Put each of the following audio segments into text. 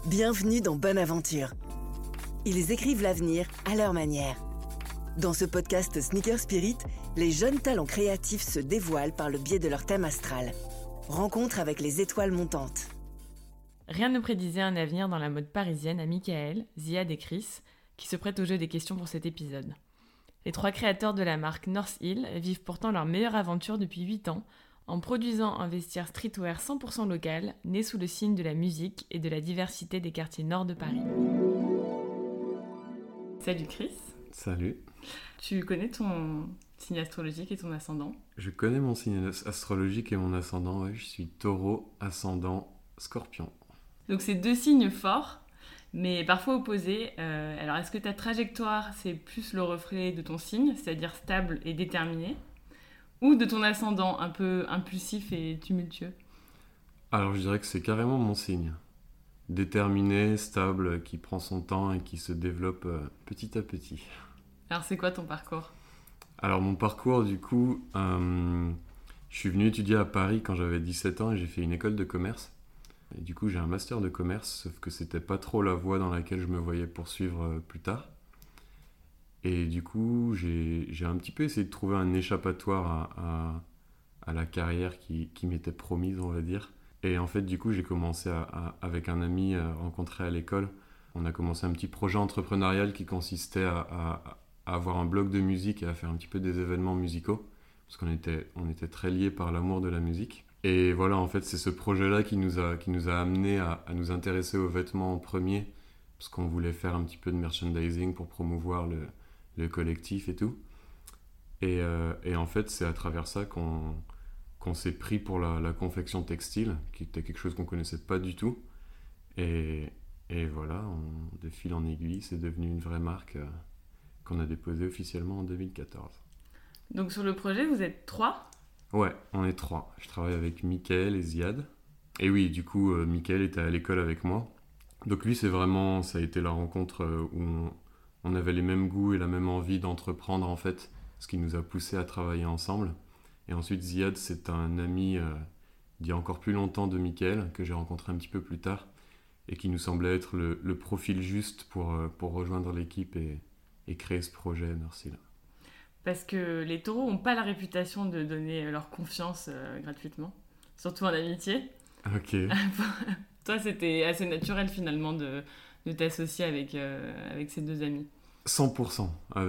Bienvenue dans Bonne Aventure. Ils écrivent l'avenir à leur manière. Dans ce podcast Sneaker Spirit, les jeunes talents créatifs se dévoilent par le biais de leur thème astral. Rencontre avec les étoiles montantes. Rien ne prédisait un avenir dans la mode parisienne à Michael, Ziad et Chris, qui se prêtent au jeu des questions pour cet épisode. Les trois créateurs de la marque North Hill vivent pourtant leur meilleure aventure depuis 8 ans, en produisant un vestiaire streetwear 100% local, né sous le signe de la musique et de la diversité des quartiers nord de Paris. Salut Chris. Salut. Tu connais ton signe astrologique et ton ascendant ? Je connais mon signe astrologique et mon ascendant, ouais, je suis taureau, ascendant, scorpion. Donc c'est deux signes forts, mais parfois opposés. Alors est-ce que ta trajectoire, c'est plus le reflet de ton signe, c'est-à-dire stable et déterminé, ou de ton ascendant un peu impulsif et tumultueux ? Alors je dirais que c'est carrément mon signe. Déterminé, stable, qui prend son temps et qui se développe petit à petit. Alors c'est quoi ton parcours ? Alors mon parcours, du coup, je suis venu étudier à Paris quand j'avais 17 ans et j'ai fait une école de commerce. Et du coup, j'ai un master de commerce, sauf que c'était pas trop la voie dans laquelle je me voyais poursuivre plus tard. Et du coup, j'ai un petit peu essayé de trouver un échappatoire à la carrière qui m'était promise, on va dire. Et en fait, du coup, j'ai commencé avec un ami rencontré à l'école. On a commencé un petit projet entrepreneurial qui consistait à avoir un blog de musique et à faire un petit peu des événements musicaux. Parce qu'on était très liés par l'amour de la musique. Et voilà, en fait, c'est ce projet-là qui nous a amené à nous intéresser aux vêtements en premier. Parce qu'on voulait faire un petit peu de merchandising pour promouvoir le collectif et tout. Et en fait, c'est à travers ça qu'on s'est pris pour la confection textile, qui était quelque chose qu'on connaissait pas du tout. Et voilà, de fil en aiguille, c'est devenu une vraie marque qu'on a déposée officiellement en 2014. Donc sur le projet, vous êtes 3 ? Ouais, on est 3. Je travaille avec Michael et Ziad. Et oui, du coup, Michael était à l'école avec moi. Donc lui, ça a été la rencontre où on avait les mêmes goûts et la même envie d'entreprendre, en fait, ce qui nous a poussé à travailler ensemble. Et ensuite, Ziad, c'est un ami d'il y a encore plus longtemps de Michael, que j'ai rencontré un petit peu plus tard, et qui nous semblait être le profil juste pour rejoindre l'équipe et créer ce projet North Hill. Parce que les taureaux n'ont pas la réputation de donner leur confiance gratuitement, surtout en amitié. Ok. Toi, c'était assez naturel finalement de t'associer avec ces deux amis. 100%.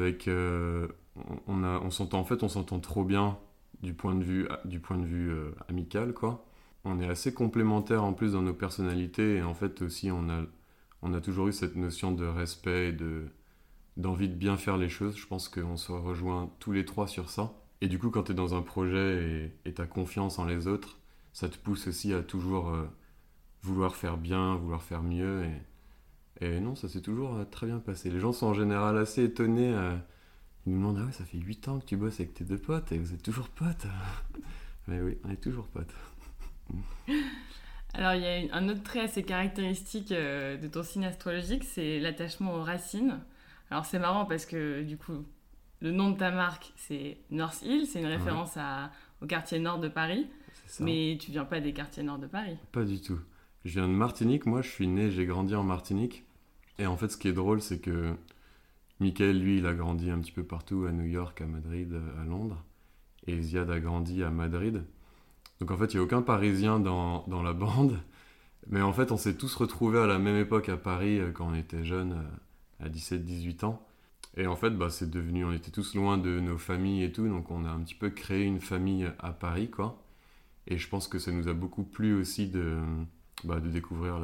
On s'entend trop bien du point de vue amical, quoi. On est assez complémentaires en plus dans nos personnalités et en fait aussi on a toujours eu cette notion de respect et d'envie de bien faire les choses. Je pense qu'on se rejoint tous les trois sur ça. Et du coup, quand tu es dans un projet et tu as confiance en les autres, ça te pousse aussi à toujours vouloir faire bien, vouloir faire mieux. Et non, ça s'est toujours très bien passé. Les gens sont en général assez étonnés. Ils nous demandent « Ah ouais, ça fait 8 ans que tu bosses avec tes deux potes et vous êtes toujours potes ?» Mais oui, on est toujours potes. Alors, il y a un autre trait assez caractéristique de ton signe astrologique, c'est l'attachement aux racines. Alors, c'est marrant parce que, du coup, le nom de ta marque, c'est North Hill, c'est une référence au quartier nord de Paris. Mais tu viens pas des quartiers nord de Paris. Pas du tout. Je viens de Martinique, moi je suis né, j'ai grandi en Martinique. Et en fait, ce qui est drôle, c'est que Michael, lui, il a grandi un petit peu partout, à New York, à Madrid, à Londres. Et Ziad a grandi à Madrid. Donc en fait, il n'y a aucun Parisien dans la bande. Mais en fait, on s'est tous retrouvés à la même époque à Paris, quand on était jeunes, à 17-18 ans. Et en fait, c'est devenu, on était tous loin de nos familles et tout, donc on a un petit peu créé une famille à Paris, quoi. Et je pense que ça nous a beaucoup plu aussi de découvrir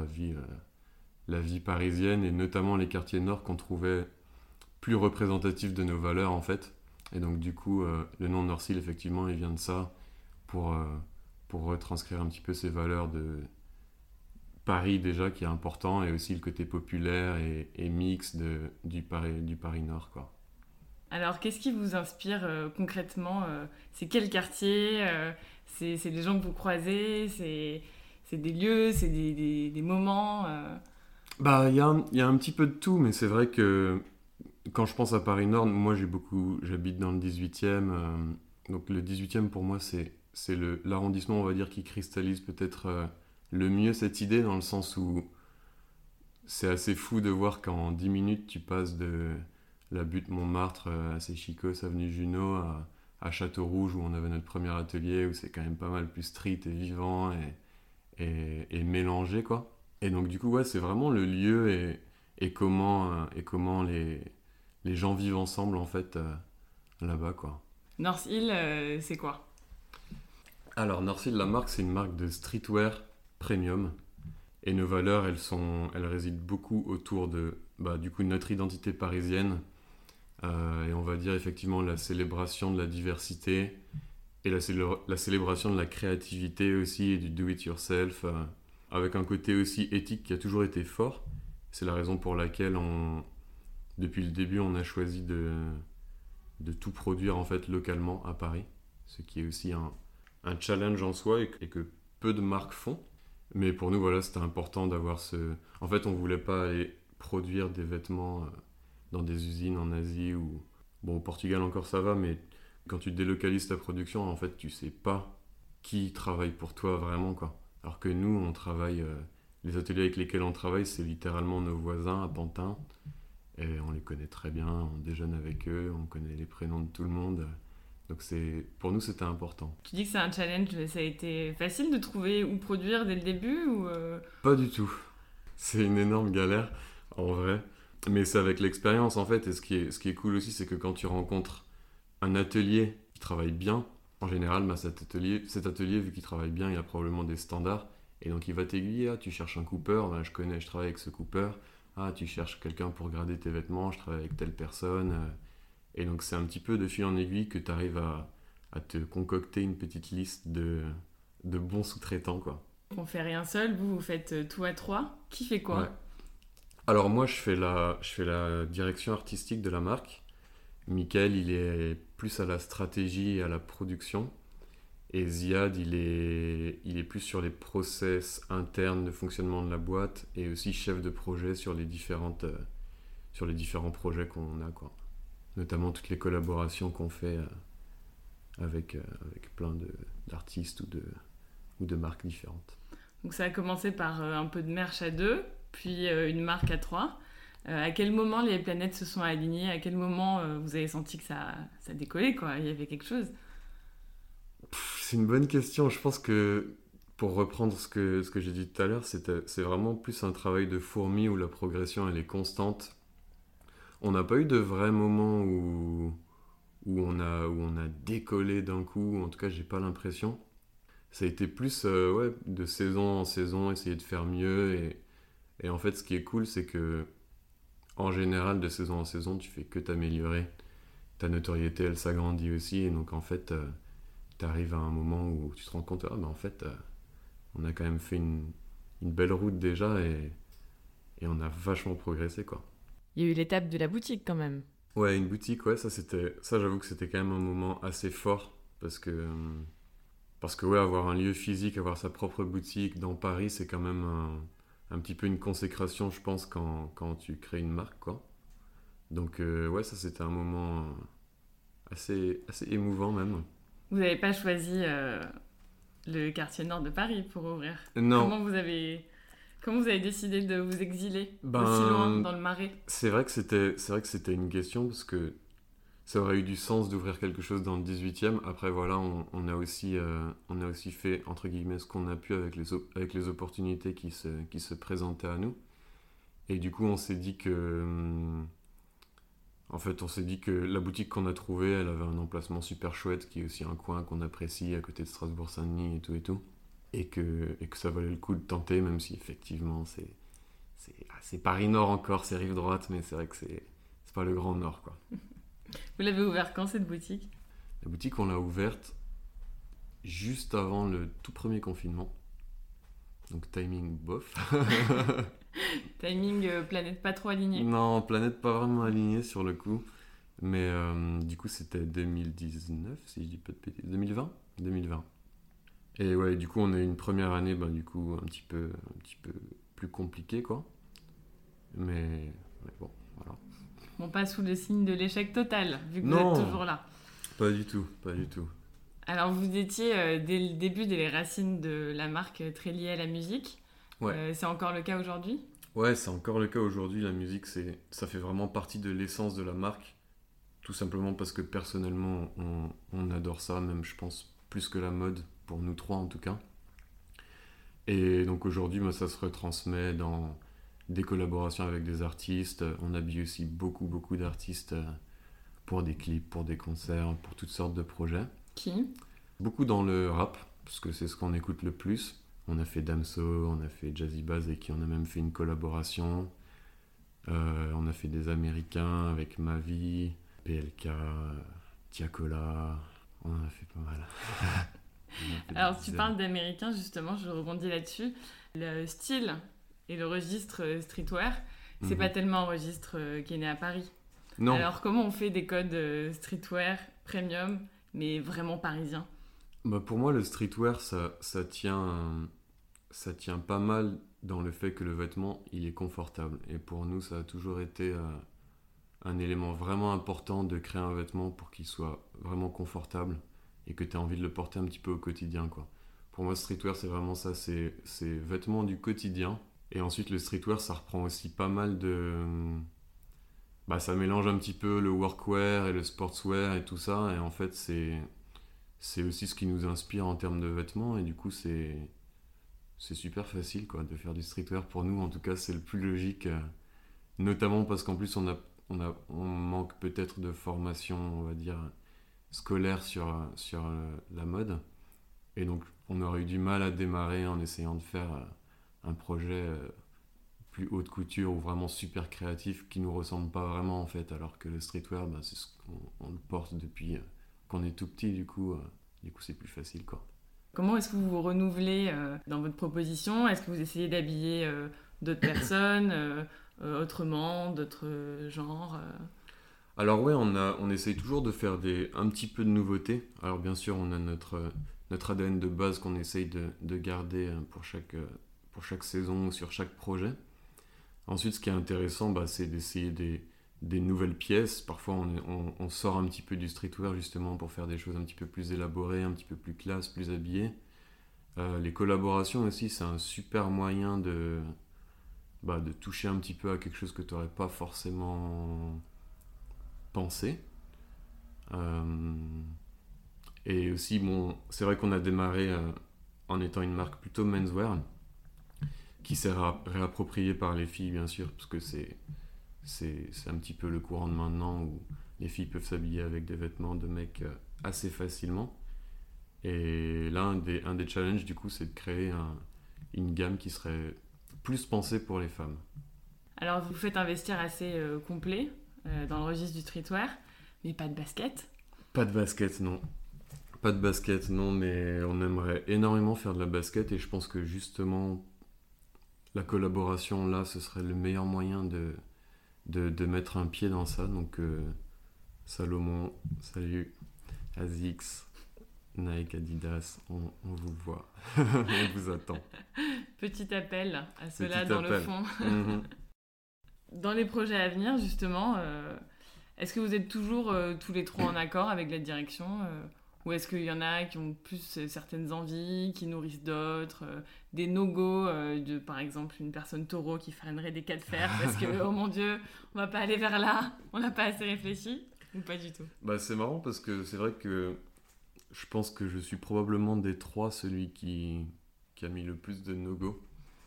la vie parisienne et notamment les quartiers nord qu'on trouvait plus représentatifs de nos valeurs en fait. Et donc du coup, le nom North Hill, effectivement, il vient de ça pour retranscrire un petit peu ces valeurs de Paris déjà qui est important et aussi le côté populaire et mix du Paris Nord, quoi. Alors, qu'est-ce qui vous inspire concrètement c'est quel quartier c'est des gens que vous croisez c'est des lieux, c'est des moments Il y a un petit peu de tout, mais c'est vrai que quand je pense à Paris Nord, moi j'habite dans le 18e. Donc le 18e pour moi c'est l'arrondissement, on va dire, qui cristallise peut-être le mieux cette idée, dans le sens où c'est assez fou de voir qu'en 10 minutes, tu passes de la butte Montmartre assez chicose, avenue Junot, à Château-Rouge, où on avait notre premier atelier, où c'est quand même pas mal plus street et vivant et mélangé, quoi. Et donc, du coup, ouais, c'est vraiment le lieu et comment les gens vivent ensemble, en fait, là-bas, quoi. North Hill, c'est quoi? Alors, North Hill, la marque, c'est une marque de streetwear premium. Et nos valeurs, elles résident beaucoup autour de du coup, notre identité parisienne. Et on va dire effectivement la célébration de la diversité et la célébration de la créativité aussi et du do-it-yourself, avec un côté aussi éthique qui a toujours été fort. C'est la raison pour laquelle, depuis le début, on a choisi de tout produire en fait localement à Paris, ce qui est aussi un challenge en soi et que peu de marques font. Mais pour nous, voilà, c'était important d'avoir ce... En fait, on voulait pas aller produire des vêtements dans des usines en Asie ou... Bon, au Portugal encore ça va, mais quand tu délocalises ta production, en fait, tu sais pas qui travaille pour toi vraiment, quoi. Alors que nous, on travaille... les ateliers avec lesquels on travaille, c'est littéralement nos voisins à Pantin. Et on les connaît très bien, on déjeune avec eux, on connaît les prénoms de tout le monde. Donc pour nous, c'était important. Tu dis que c'est un challenge, mais ça a été facile de trouver où produire dès le début ou Pas du tout. C'est une énorme galère, en vrai. Mais c'est avec l'expérience, en fait. Et ce qui est cool aussi, c'est que quand tu rencontres un atelier qui travaille bien, en général, cet atelier, vu qu'il travaille bien, il a probablement des standards. Et donc, il va t'aiguiller. Ah, tu cherches un coupeur, je travaille avec ce coupeur. Ah, tu cherches quelqu'un pour grader tes vêtements, je travaille avec telle personne. Et donc, c'est un petit peu de fil en aiguille que tu arrives à te concocter une petite liste de bons sous-traitants, quoi. On fait rien seul, vous faites tout à trois. Qui fait quoi? Ouais. Alors moi, je fais la direction artistique de la marque. Michael, il est plus à la stratégie et à la production. Et Ziad, il est plus sur les process internes de fonctionnement de la boîte et aussi chef de projet sur les différents projets qu'on a, quoi. Notamment toutes les collaborations qu'on fait avec plein d'artistes ou de marques différentes. Donc ça a commencé par un peu de merch à deux, puis une marque à trois. À quel moment les planètes se sont alignées? À quel moment vous avez senti que ça décollait, quoi? Il y avait quelque chose? C'est une bonne question. Je pense que, pour reprendre ce que j'ai dit tout à l'heure, c'est vraiment plus un travail de fourmi où la progression elle est constante. On n'a pas eu de vrai moment où on a décollé d'un coup, en tout cas j'ai pas l'impression. Ça a été plus de saison en saison, essayer de faire mieux. Et en fait, ce qui est cool, c'est que en général, de saison en saison, tu fais que t'améliorer. Ta notoriété, elle s'agrandit aussi. Et donc, en fait, t'arrives à un moment où tu te rends compte, en fait, on a quand même fait une belle route déjà et on a vachement progressé, quoi. Il y a eu l'étape de la boutique quand même. Ouais, une boutique, ouais, ça j'avoue que c'était quand même un moment assez fort parce que ouais, avoir un lieu physique, avoir sa propre boutique dans Paris, c'est quand même un petit peu une consécration, je pense, quand tu crées une marque, quoi. Donc ouais, ça c'était un moment assez émouvant même. Vous n'avez pas choisi le quartier nord de Paris pour ouvrir? Non. Comment vous avez décidé de vous exiler aussi loin dans le Marais? C'est vrai que c'était une question parce que ça aurait eu du sens d'ouvrir quelque chose dans le 18e. Après voilà, on a aussi fait entre guillemets ce qu'on a pu avec les opportunités qui se présentaient à nous. Et du coup, on s'est dit que la boutique qu'on a trouvée, elle avait un emplacement super chouette qui est aussi un coin qu'on apprécie à côté de Strasbourg-Saint-Denis et tout. Et que ça valait le coup de tenter, même si effectivement c'est Paris-Nord encore, c'est rive droite, mais c'est vrai que c'est pas le Grand Nord, quoi. Vous l'avez ouvert quand, cette boutique? La boutique, on l'a ouverte juste avant le tout premier confinement. Donc timing bof. Timing planète pas trop alignée. Non, planète pas vraiment alignée sur le coup. Mais du coup, c'était 2019, si je dis pas de bêtises. 2020. Et ouais, du coup, on a eu une première année, du coup, un petit peu plus compliquée, quoi. Mais bon, voilà. Bon, pas sous le signe de l'échec total, vu que vous êtes toujours là. Pas du tout. Alors, vous étiez, dès le début, des racines de la marque très liées à la musique. Ouais. C'est encore le cas aujourd'hui? Ouais, c'est encore le cas aujourd'hui. La musique, ça fait vraiment partie de l'essence de la marque. Tout simplement parce que personnellement, on adore ça, même je pense plus que la mode, pour nous trois en tout cas. Et donc aujourd'hui, moi, ça se retransmet dans des collaborations avec des artistes. On habille aussi beaucoup d'artistes pour des clips, pour des concerts, pour toutes sortes de projets. Qui? Beaucoup dans le rap, parce que c'est ce qu'on écoute le plus. On a fait Damso, on a fait Jazzy Bass et qui on a même fait une collaboration. On a fait des Américains avec Mavi, PLK, Tiakola. On en a fait pas mal. Alors, tu parles d'américain, justement, je rebondis là-dessus. Le style et le registre streetwear, c'est pas tellement un registre qui est né à Paris. Non. Alors, comment on fait des codes streetwear premium, mais vraiment parisiens? Bah pour moi, le streetwear, ça tient pas mal dans le fait que le vêtement, il est confortable. Et pour nous, ça a toujours été un élément vraiment important de créer un vêtement pour qu'il soit vraiment confortable et que tu aies envie de le porter un petit peu au quotidien, quoi. Pour moi, streetwear, c'est vraiment ça, c'est vêtements du quotidien. Et ensuite, le streetwear, ça reprend aussi pas mal de... Bah, ça mélange un petit peu le workwear et le sportswear et tout ça. Et en fait, c'est aussi ce qui nous inspire en termes de vêtements. Et du coup, c'est super facile, quoi, de faire du streetwear. Pour nous, en tout cas, c'est le plus logique. Notamment parce qu'en plus, on manque peut-être de formation, on va dire, scolaire sur la mode. Et donc, on aurait eu du mal à démarrer en essayant de faire un projet plus haute couture ou vraiment super créatif qui nous ressemble pas vraiment en fait. Alors que le streetwear, bah, c'est ce qu'on le porte depuis qu'on est tout petit, du coup c'est plus facile, quoi. Comment est-ce que vous vous renouvelez dans votre proposition? Est-ce que vous essayez d'habiller d'autres personnes autrement, d'autres genres Alors ouais, on essaye toujours de faire un petit peu de nouveautés. Alors bien sûr, on a notre ADN de base qu'on essaye de garder pour chaque saison ou sur chaque projet. Ensuite, ce qui est intéressant, bah, c'est d'essayer des nouvelles pièces. Parfois, on sort un petit peu du streetwear justement pour faire des choses un petit peu plus élaborées, un petit peu plus classe, plus habillées. Les collaborations aussi, c'est un super moyen de toucher un petit peu à quelque chose que tu n'aurais pas forcément pensé. Et aussi, bon, c'est vrai qu'on a démarré en étant une marque plutôt menswear, qui s'est réappropriée par les filles, bien sûr, parce que c'est un petit peu le courant de maintenant où les filles peuvent s'habiller avec des vêtements de mecs assez facilement. Et là, un des challenges, du coup, c'est de créer une gamme qui serait plus pensée pour les femmes. Alors, vous faites un vestiaire assez complet dans le registre du streetwear, mais pas de basket? Pas de basket, non. Pas de basket, non, mais on aimerait énormément faire de la basket et je pense que justement, la collaboration, là, ce serait le meilleur moyen de mettre un pied dans ça. Donc, Salomon, salut, ASICS, Nike, Adidas, on vous voit, on vous attend. Petit appel à ceux-là dans le fond. Mm-hmm. Dans les projets à venir, justement, est-ce que vous êtes toujours tous les trois en accord avec la direction ou est-ce qu'il y en a qui ont plus certaines envies, qui nourrissent d'autres, des no-go de, par exemple, une personne taureau qui freinerait des cas de fer parce que, oh mon Dieu, on va pas aller vers là, on n'a pas assez réfléchi, ou pas du tout? Bah, c'est marrant parce que c'est vrai que je pense que je suis probablement des trois celui qui a mis le plus de no-go.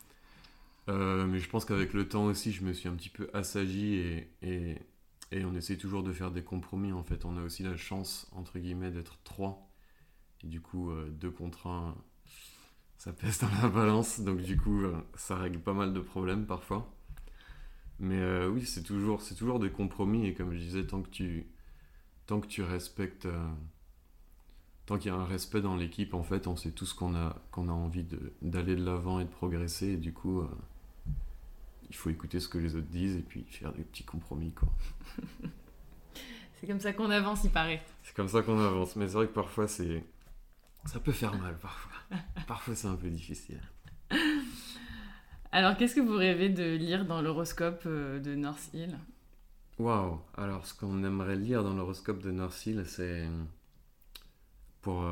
Mais je pense qu'avec le temps aussi, je me suis un petit peu assagi et on essaie toujours de faire des compromis. En fait, on a aussi la chance, entre guillemets, d'être trois. Et du coup, 2 contre 1, ça pèse dans la balance. Donc du coup, ça règle pas mal de problèmes parfois. Mais oui, c'est toujours des compromis. Et comme je disais, tant que tu respectes... tant qu'il y a un respect dans l'équipe, en fait, on sait tous qu'on a envie d'aller de l'avant et de progresser. Et du coup... il faut écouter ce que les autres disent et puis faire des petits compromis, quoi. C'est comme ça qu'on avance, il paraît. C'est comme ça qu'on avance, mais c'est vrai que parfois ça peut faire mal, parfois. Parfois c'est un peu difficile. Alors, qu'est-ce que vous rêvez de lire dans l'horoscope de North Hill? Waouh. Alors, ce qu'on aimerait lire dans l'horoscope de North Hill, c'est pour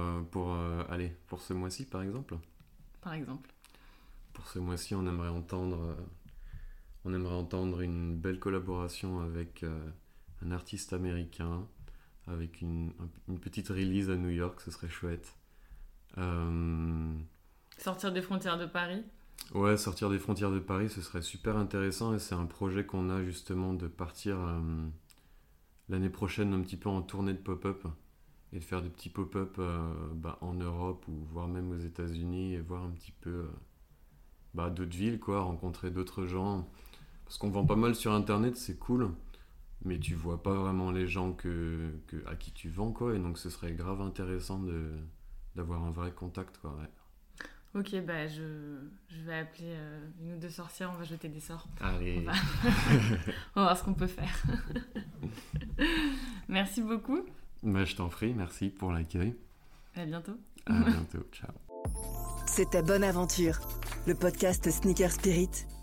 ce mois-ci, par exemple. Par exemple. Pour ce mois-ci, on aimerait entendre On aimerait entendre une belle collaboration avec un artiste américain, avec une petite release à New York, ce serait chouette. Sortir des frontières de Paris. Ouais, sortir des frontières de Paris, ce serait super intéressant et c'est un projet qu'on a justement de partir l'année prochaine un petit peu en tournée de pop-up et de faire des petits pop-up en Europe ou voire même aux États-Unis et voir un petit peu d'autres villes, quoi, rencontrer d'autres gens. Parce qu'on vend pas mal sur internet, c'est cool, mais tu vois pas vraiment les gens à qui tu vends, quoi, et donc ce serait grave intéressant d'avoir un vrai contact, quoi, ouais. Ok, je vais appeler une ou deux sorcières, on va jeter des sorts. Allez. On va voir ce qu'on peut faire. Merci beaucoup. Je t'en prie, merci pour l'accueil. À bientôt. À bientôt, ciao. C'était Bonne Aventure, le podcast Sneaker Spirit